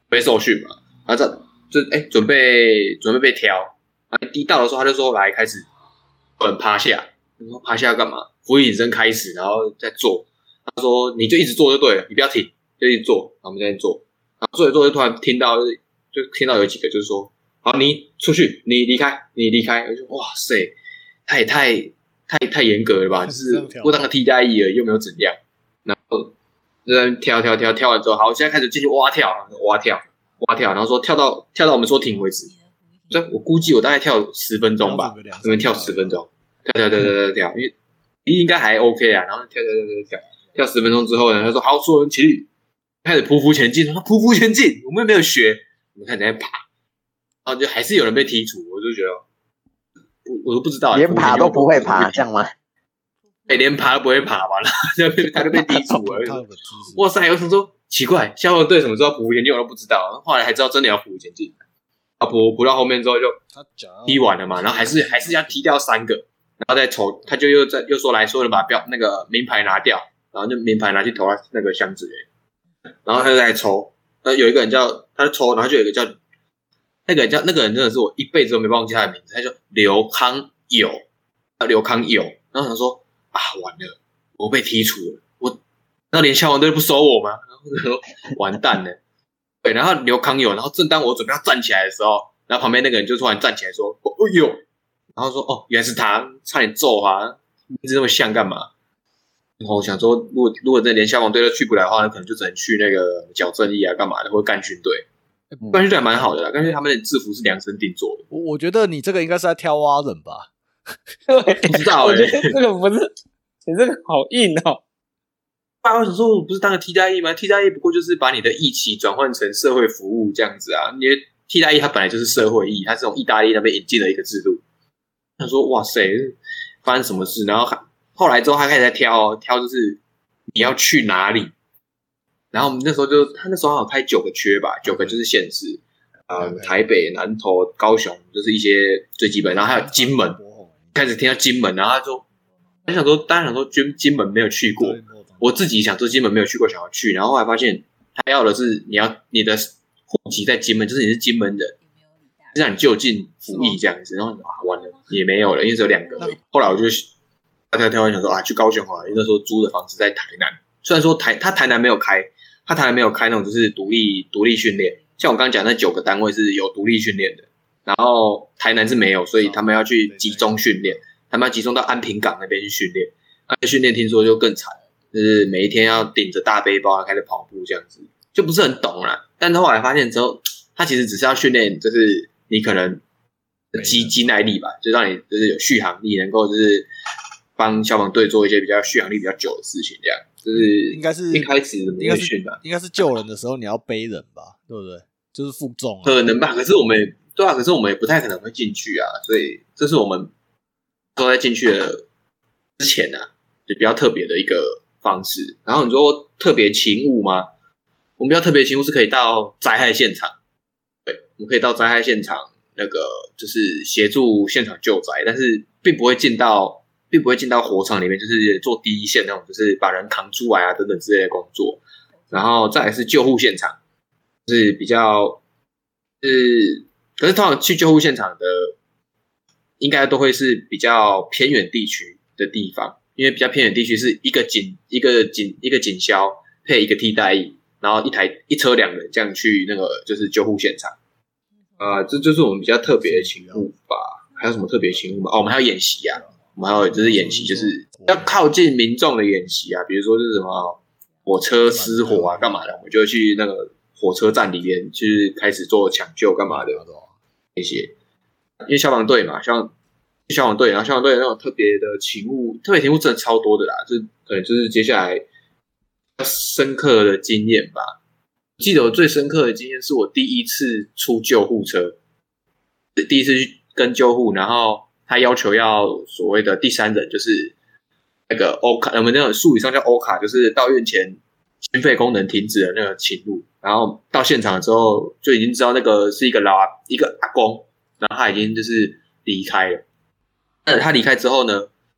D: 被受训嘛，然后这就哎、欸、准备准备被挑，啊一到的时候他就说来开始，有人趴下，我说趴下要干嘛？俯卧撑开始，然后再做。他说你就一直做就对了，你不要停，就一直做。然后我们在那做，然后做着做着突然听到就听到有几个就是说，好你出去，你离开，你离开。我就哇塞，他也太太太严格了吧？就是我当个替代役而已，又没有怎样。然后就在那跳跳跳跳完之后，好，现在开始进去蛙跳，蛙跳蛙跳，然后说跳到跳到我们说停为止。我估计我大概跳十分钟吧，那边跳十分钟，跳跳跳跳跳跳，因为应该还 OK 啊。然后跳跳跳跳跳跳十分钟之后呢，他说好，所有人起立，开始匍匐前进。他说匍匐前进，我们又没有学，我们看人在爬，然后就还是有人被剔除，我就觉得我我都不知道，
A: 连爬都不会爬，这样吗？
D: 哎、欸，连爬都不会爬吧，然后他就被剔除了。哇塞！我想说奇怪，消防队什么时候匍匐前进我都不知道，后来还知道真的要匍匐前进。啊，匍匐到后面之后就踢完了嘛，然后还是还是要踢掉三个，然后再抽，他就又在又说来说人把标那个名牌拿掉，然后就名牌拿去投到那个箱子里，然后他就在抽，那有一个人叫他就抽，然后就有一个叫那个人叫那个人真的是我一辈子都没忘记他的名字，他叫刘康友，刘康友，然后想说啊完了，我被剔除了，我那连消防队都不收我吗？然后说完蛋了。对，然后刘康友，然后正当我准备要站起来的时候，然后旁边那个人就突然站起来说：“哦呦！”然后说：“哦，原来是他，差点揍他，名字那么像干嘛？”然后我想说，如果如果真的连消防队都去不了的话，那可能就只能去那个矫正役啊，干嘛的，或者干军队。干军队还蛮好的啦，干军队他们的制服是量身定做的。
B: 我我觉得你这个应该是在挑蛙人吧？
D: 不知道哎、欸，
C: 我觉得这个不是，你这个好硬哦。
D: 啊，我想说，我不是当个替代役吗？替代役不过就是把你的役期转换成社会服务这样子啊。你的替代役它本来就是社会役，它是从意大利那边引进的一个制度。他说：“哇塞，发生什么事？”然后后来之后，他开始在挑挑，就是你要去哪里。然后我们那时候就，他那时候好像开九个缺吧，九个就是县市，呃，台北、南投、高雄，就是一些最基本。然后还有金门，开始听到金门，然后他就他想说，大家想说金金门没有去过。我自己想说金门没有去过，想要去，然后后来发现他要的是你要你的户籍在金门，就是你是金门人，是让你就近服役这样子。然后啊，完了也没有了，因为只有两个而已。后来我就跳跳跳，想说啊，去高雄好了，因为那时候租的房子在台南。虽然说台他台南没有开，他台南没有开那种就是独立独立训练，像我刚刚讲那九个单位是有独立训练的，然后台南是没有，所以他们要去集中训练，他们要集中到安平港那边去训练。那训练听说就更惨。就是每一天要顶着大背包开始跑步这样子，就不是很懂啦。但是后来发现之后，他其实只是要训练，就是你可能肌肌耐力吧，就让你就是有续航力，能够就是帮消防队做一些比较续航力比较久的事情，这样就是
B: 应该是
D: 一开始
B: 应该是
D: 训的，
B: 应该是救人的时候你要背人吧，对不对？就是负重、啊，
D: 可能吧。可是我们对啊，可是我们也不太可能会进去啊，所以这是我们都在进去的之前啊，就比较特别的一个方式。然后你说特别勤务吗？我们比较特别勤务是可以到灾害现场，对，我们可以到灾害现场，那个就是协助现场救灾，但是并不会进到，并不会进到火场里面，就是做第一线那种，就是把人扛出来啊等等之类的工作。然后再来是救护现场，就是比较，是，可是通常去救护现场的，应该都会是比较偏远地区的地方。因为比较偏远地区是一个警一个警一个警消配一个替代役，然后一台一车两人这样去那个就是救护现场，呃，这就是我们比较特别的勤务吧。还有什么特别勤务吗？哦，我们还有演习啊，我们还有就是演习，就是要靠近民众的演习啊，比如说是什么火车失火啊，干嘛的，我们就去那个火车站里面去开始做抢救干嘛的那些，因为消防队嘛，像。消防队，然后消防队那种特别的勤务，特别勤务真的超多的啦，就可能就是接下来深刻的经验吧。记得我最深刻的经验是我第一次出救护车，第一次去跟救护，然后他要求要所谓的第三人，就是那个欧卡，我们那种术语上叫欧卡，就是到院前心肺功能停止的那个勤务，然后到现场之后就已经知道那个是一个老一个阿公，然后他已经就是离开了。那他离开之后呢，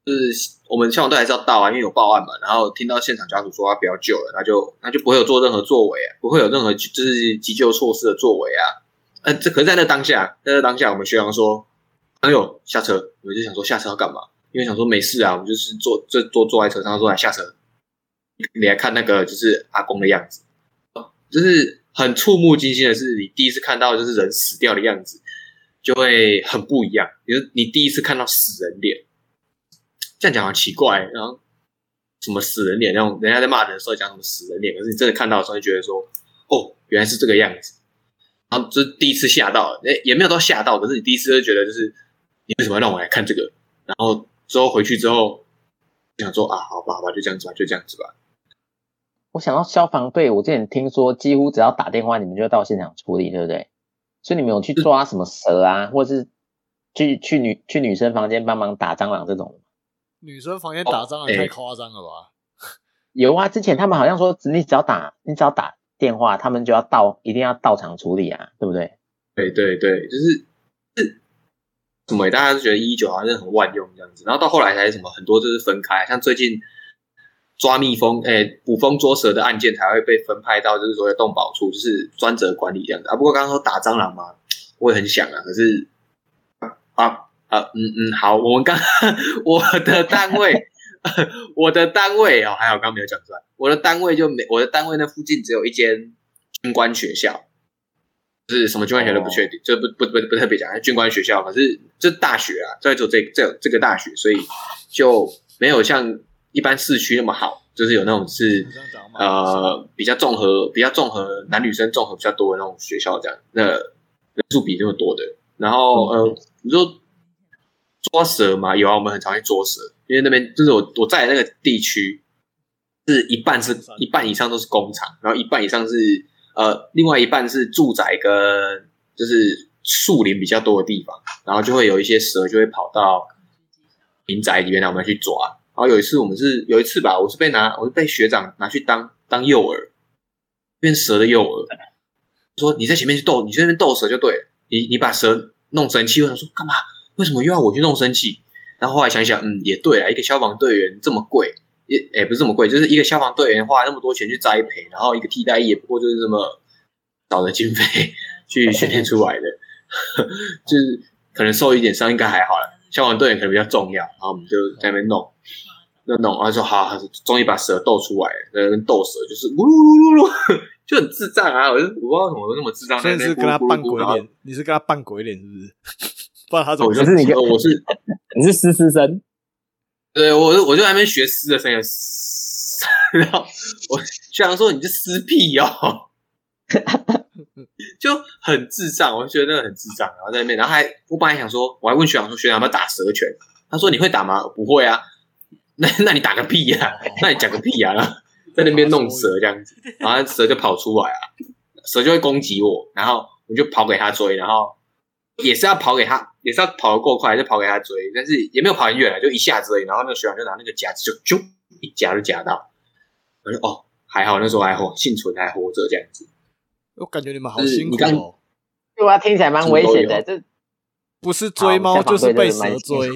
D: 就是我们消防队还是要到啊，因为有报案嘛，然后听到现场家属说他不要救了，那就那就不会有做任何作为啊，不会有任何就是急救措施的作为啊。呃，这可是在那当下，在那当下，我们学长说：“朋友下车。”我就想说下车要干嘛？因为想说没事啊，我们就是坐就坐坐在车上，说来下车，你来看那个就是阿公的样子，就是很触目惊心的是，你第一次看到就是人死掉的样子，就会很不一样。就是你第一次看到死人脸，这样讲好奇怪、欸，然后什么死人脸那种，人家在骂人的时候讲什么死人脸，可是你真的看到的时候，就觉得说，哦，原来是这个样子。然后就是第一次吓到，哎，也没有到吓到，可是你第一次就觉得就是你为什么要让我来看这个？然后之后回去之后想说啊，好吧，好吧，就这样子吧，就这样子吧。
A: 我想到消防队，我之前听说几乎只要打电话，你们就到现场处理，对不对？所以你们有去抓什么蛇啊，或是去去女去女生房间帮忙打蟑螂这种？
B: 女生房间打蟑螂太夸张了吧？
A: 有啊，之前他们好像说，你只要打，你只要打电话，他们就要到，一定要到场处理啊，对不对？
D: 对对对，就是是什么？大家都觉得一一九好像是很万用这样子，然后到后来才什么很多就是分开，像最近抓蜜蜂、诶捕蜂捉蛇的案件才会被分派到就是所谓动保处，就是专责管理这样子啊。不过刚刚说打蟑螂嘛，我也很想啊，可是啊啊啊嗯嗯好，我们刚我的单位。我的单位哦，还好刚刚没有讲出来。我的单位就没，我的单位那附近只有一间军官学校，就是什么军官学校都不确定，就不不不不特别讲，军官学校，可是这大学啊，在做这这这个大学，所以就没有像一般市区那么好，就是有那种是呃比较综合、比较综合男女生综合比较多的那种学校这样，那人数比那么多的。然后呃，你说捉蛇嘛，有啊，我们很常去捉蛇。因为那边就是我我在的那个地区，是一半是一半以上都是工厂，然后一半以上是呃，另外一半是住宅跟就是树林比较多的地方，然后就会有一些蛇就会跑到民宅里面，让我们去抓。然后有一次我们是有一次吧，我是被拿我是被学长拿去当当诱饵，变蛇的诱饵，说你在前面去斗，你去那边斗蛇就对了，你你把蛇弄生气，我想说干嘛？为什么又要我去弄生气？然后后来想想，嗯，也对啊，一个消防队员这么贵，也也不是这么贵，就是一个消防队员花那么多钱去栽培，然后一个替代役也不过就是这么少的经费去训练出来的，就是可能受一点伤应该还好了。消防队员可能比较重要，然后我们就在那边弄，那弄，然后说好，终于把蛇斗出来了，在那边斗蛇，就是呜噜噜噜噜，就很智障啊！我就我不知道怎么那么智障，
B: 所以是跟他扮鬼脸，你是跟他扮鬼脸是不是？不然他怎么？
D: 我就是你，我是
C: 你是嘶嘶声，
D: 对我我就在那边学嘶的声音，然后我学长说你这嘶屁哦，就很智障，我就觉得那个很智障，然后在那边，然后还我本来想说，我还问学长说学长要不要打蛇拳，他说你会打吗？不会啊，那那你打个屁呀、啊，那你讲个屁呀、啊，在那边弄蛇这样子，然后蛇就跑出来啊，蛇就会攻击我，然后我就跑给他追，然后。也是要跑给他，也是要跑得够快，就跑给他追，但是也没有跑很远了，就一下子而已。然后那个学长就拿那个夹子就啾一夹就夹到，我就哦还好，那时候还活幸存还活着这样子。
B: 我感觉你们好辛苦哦，
A: 对啊，听起来蛮危险的。这
B: 不是追猫就是被蛇追。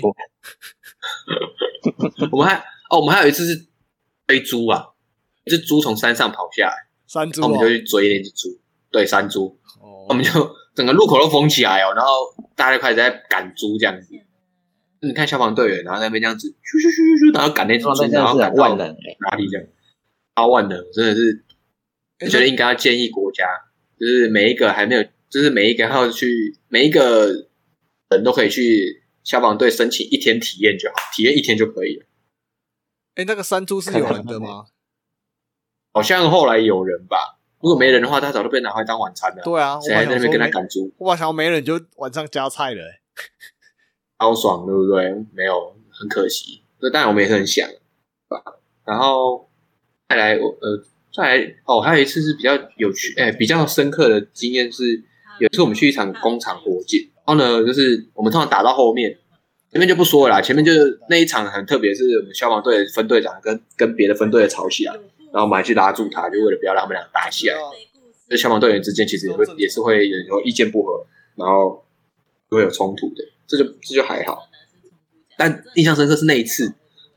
D: 我们还哦，我们还有一次是追猪啊，一只猪从山上跑下来，
B: 山猪、
D: 哦，我们就去追那只猪，对，山猪，哦、我们就。整个路口都封起来哦，然后大家就开始在赶猪这样子。你看消防队员，然后在那边这样子，咻咻咻咻，然后赶那只猪，然后赶到哪里这样？超万能，真的是，我觉得应该要建议国家，就是每一个还没有，就是每一个要去，每一个人都可以去消防队申请一天体验就好，体验一天就可以了。
B: 哎，那个山猪是有人的吗？
D: 好像后来有人吧。如果没人的话，他早就被拿回来当晚餐了。
B: 对啊，
D: 谁还在那边跟他赶猪？
B: 我把想要没人就晚上加菜了、欸，
D: 超爽，对不对？没有，很可惜。这当然我们也是很想，然后再来，呃，再来哦，还有一次是比较有趣，哎、欸，比较深刻的经验是，有一次我们去一场工厂火警，然后呢，就是我们通常打到后面，前面就不说了啦，前面就是那一场很特别，是我们消防队分队长跟跟别的分队的吵起来。然后我们还去拉住他，就为了不要让他们俩打起来。这消防队员之间其实也会也是会有意见不合，然后就会有冲突的，这就这就还好。但印象深刻是那一次，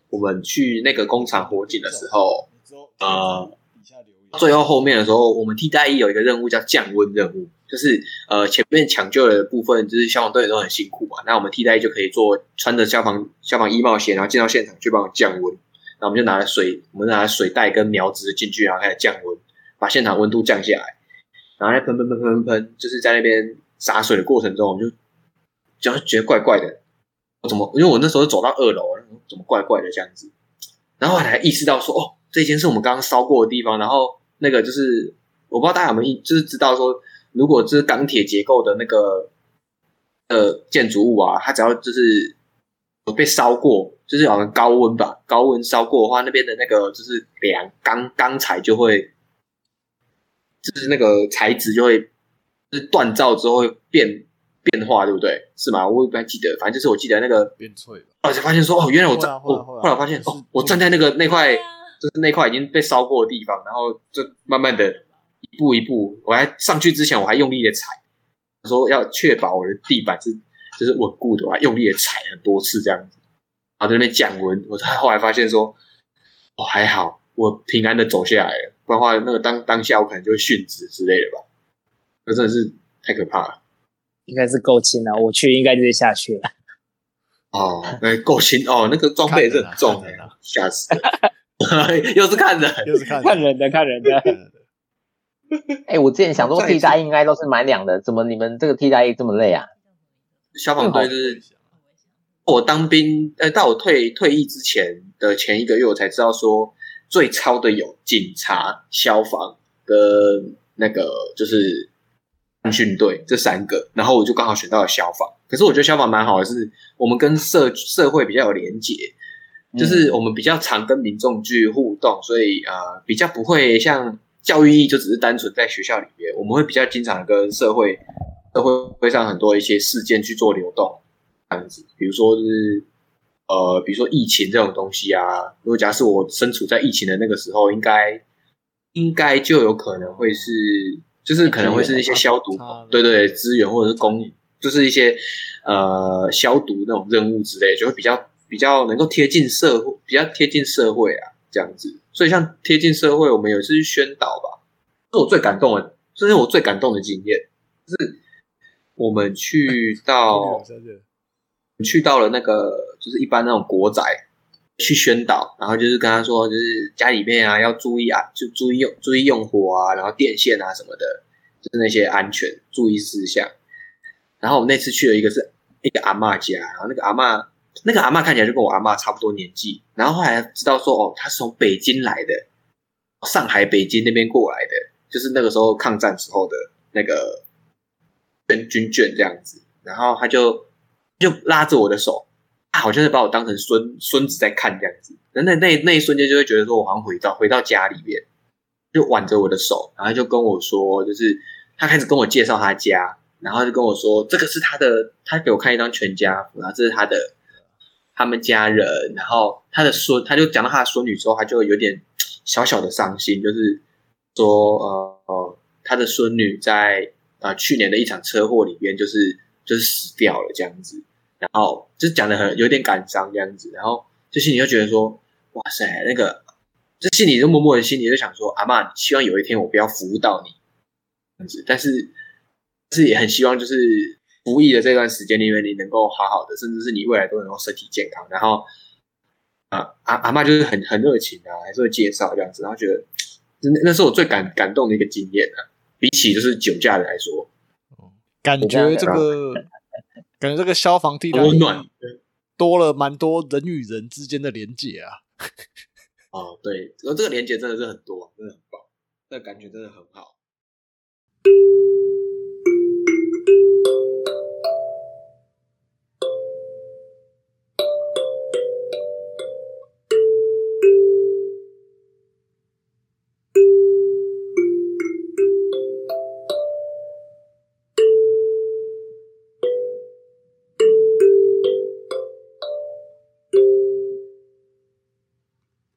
D: 我们去那个工厂火警的时候，呃，最后后面的时候，我们替代役有一个任务叫降温任务，就是呃前面抢救的部分，就是消防队员都很辛苦嘛，那我们替代役就可以做穿着消防消防衣帽鞋，然后进到现场去帮我降温。然后我们就拿了水，我们拿了水袋跟苗子进去，然后开始降温，把现场温度降下来，然后再喷喷喷喷喷，就是在那边洒水的过程中，我们就就觉得怪怪的，我怎么？因为我那时候走到二楼，怎么怪怪的这样子，然后我才意识到说，哦，这间是我们刚刚烧过的地方，然后那个就是我不知道大家有没有就是知道说，如果这是钢铁结构的那个呃建筑物啊，它只要就是有被烧过。就是好像高温吧，高温烧过的话，那边的那个就是梁钢钢材就会，就是那个材质就会，就是锻造之后会变变化，对不对？是吗？我也不太记得，反正就是我记得那个
B: 变脆吧。
D: 我才发现说，哦，原来我站，我后来我发现哦，我站在那个那块，就是那块已经被烧过的地方，然后就慢慢的一步一步，我还上去之前我还用力的踩，说要确保我的地板是就是稳固的，我还用力的踩很多次这样子。然后在那边降温，我后来发现说，哦还好，我平安的走下来了，不然的话那个当当下我可能就会殉职之类的吧，那真的是太可怕了。
C: 应该是够轻了，我去应该直接下去了。
D: 哦，那够轻哦，那个装备也是很重哎，吓死了！又是看人，
B: 又是看人
C: 看人的，看人的。
A: 哎、欸，我之前想说替代役应该都是蛮两的，怎么你们这个替代役这么累啊？
D: 消防队就是我当兵，呃，到我退退役之前的前一个月，我才知道说最操的有警察、消防跟那个就是安训队这三个，然后我就刚好选到了消防。可是我觉得消防蛮好的是，我们跟社社会比较有连结，就是我们比较常跟民众去互动，所以呃比较不会像教育役就只是单纯在学校里面，我们会比较经常跟社会社会上很多一些事件去做流动。这样子，比如说就是呃，比如说疫情这种东西啊，如果假使我身处在疫情的那个时候，应该应该就有可能会是，就是可能会是一些消毒，对对，资源或者是公，就是一些呃消毒那种任务之类，就会比较比较能够贴近社会，比较贴近社会啊，这样子。所以像贴近社会，我们有一次去宣导吧，这是我最感动的，这是我最感动的经验，就是我们去到。去到了那个就是一般那种国宅去宣导，然后就是跟他说，就是家里面啊要注意啊，就注意用注意用火啊，然后电线啊什么的，就是那些安全注意事项。然后我们那次去了一个是一个阿嬷家，然后那个阿嬷那个阿嬷看起来就跟我阿嬷差不多年纪，然后后来知道说哦，她是从北京来的，上海、北京那边过来的，就是那个时候抗战时候的那个军眷这样子，然后他就。就拉着我的手，啊，好像是把我当成孙孙子在看这样子。那那那那一瞬间就会觉得说，我好像回到回到家里面，就挽着我的手，然后就跟我说，就是他开始跟我介绍他家，然后就跟我说，这个是他的，他给我看一张全家福，然后这是他的他们家人，然后他的孙，他就讲到他的孙女之后，他就有点小小的伤心，就是说，呃呃，他的孙女在呃去年的一场车祸里边，就是就是死掉了这样子。然后就讲的很有点感伤这样子，然后就心里就觉得说，哇塞，那个，就心里就默默的心里就想说，阿嬷，希望有一天我不要服务到你，这样子，但是，但是也很希望就是服役的这段时间里面，你能够好好的，甚至是你未来都能够身体健康。然后，啊阿阿嬷就是很很热情啊，还是会介绍这样子，然后觉得那那是我最感感动的一个经验啊，比起就是酒驾的来说，
B: 感觉这个。感觉这个消防替代役多了蛮多人与人之间的连结啊！
D: 哦，对，然后这个连结真的是很多，真的很棒，那感觉真的很好。